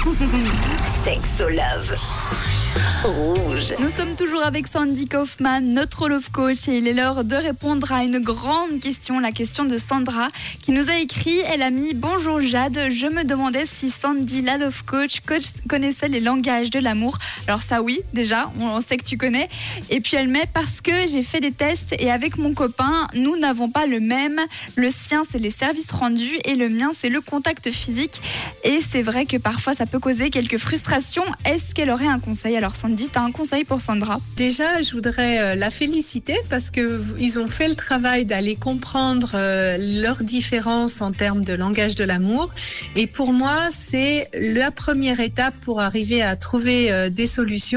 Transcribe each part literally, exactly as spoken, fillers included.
Sexo Love. Rouge. Nous sommes toujours avec Sandy Kaufman, notre love coach, et il est l'heure de répondre à une grande question, la question de Sandra, qui nous a écrit. Elle a mis: bonjour Jade, je me demandais si Sandy, la love coach, coach connaissait les langages de l'amour. Alors ça oui, déjà, on sait que tu connais. Et puis elle met: parce que j'ai fait des tests et avec mon copain, nous n'avons pas le même. Le sien, c'est les services rendus et le mien, c'est le contact physique. Et c'est vrai que parfois, ça peut causer quelques frustrations. Est-ce qu'elle aurait un conseil? Alors Sandy, tu as un conseil pour Sandra? Déjà, je voudrais la féliciter parce qu'ils ont fait le travail d'aller comprendre leurs différences en termes de langage de l'amour. Et pour moi, c'est la première étape pour arriver à trouver des solutions.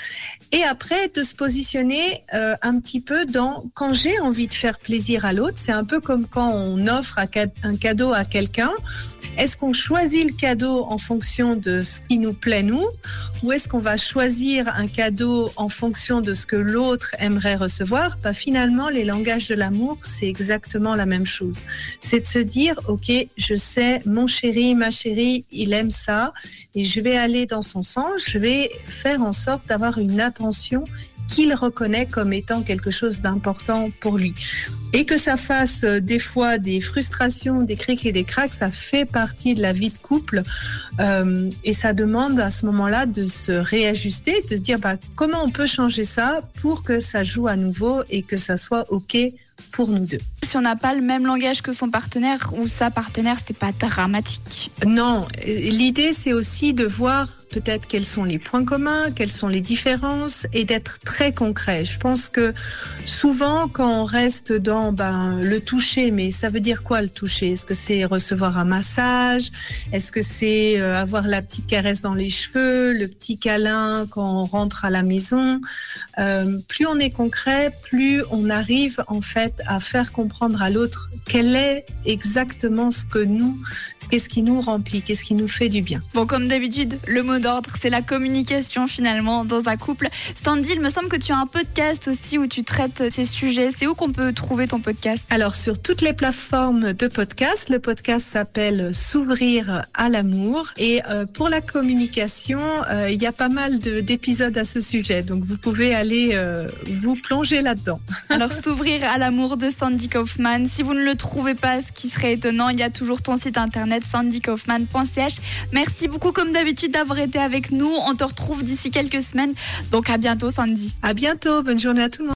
Et après, de se positionner euh, un petit peu dans quand j'ai envie de faire plaisir à l'autre. C'est un peu comme quand on offre un cadeau à quelqu'un. Est-ce qu'on choisit le cadeau en fonction de ce qui nous plaît nous, ou est-ce qu'on va choisir un cadeau en fonction de ce que l'autre aimerait recevoir? Bah, finalement, les langages de l'amour, c'est exactement la même chose. C'est de se dire, ok, je sais, mon chéri, ma chérie, il aime ça, et je vais aller dans son sens. Je vais faire en sorte d'avoir une attention qu'il reconnaît comme étant quelque chose d'important pour lui. Et que ça fasse euh, des fois des frustrations, des crics et des craques, ça fait partie de la vie de couple. Euh, et ça demande à ce moment-là de se réajuster, de se dire bah, comment on peut changer ça pour que ça joue à nouveau et que ça soit OK pour nous deux. Si on n'a pas le même langage que son partenaire ou sa partenaire, c'est pas dramatique. Non, l'idée c'est aussi de voir peut-être quels sont les points communs, quelles sont les différences et d'être très concret. Je pense que souvent quand on reste dans ben, le toucher, mais ça veut dire quoi le toucher? Est-ce que c'est recevoir un massage? Est-ce que c'est euh, avoir la petite caresse dans les cheveux, le petit câlin quand on rentre à la maison? euh, Plus on est concret, plus on arrive en fait à faire comprendre à l'autre quel est exactement ce que nous, qu'est-ce qui nous remplit, qu'est-ce qui nous fait du bien. Bon, comme d'habitude, le mot d'ordre, c'est la communication finalement dans un couple. Sandy, il me semble que tu as un podcast aussi où tu traites ces sujets. C'est où qu'on peut trouver ton podcast? Alors, sur toutes les plateformes de podcast. Le podcast s'appelle S'ouvrir à l'amour. Et euh, pour la communication, euh, il y a pas mal de, d'épisodes à ce sujet. Donc, vous pouvez aller euh, vous plonger là-dedans. Alors, S'ouvrir à l'amour de Sandy Kaufman. Si vous ne le trouvez pas, ce qui serait étonnant, il y a toujours ton site internet sandy kaufman point c h. Merci beaucoup comme d'habitude d'avoir été avec nous. On te retrouve d'ici quelques semaines. Donc à bientôt Sandy. À bientôt, bonne journée à tout le monde.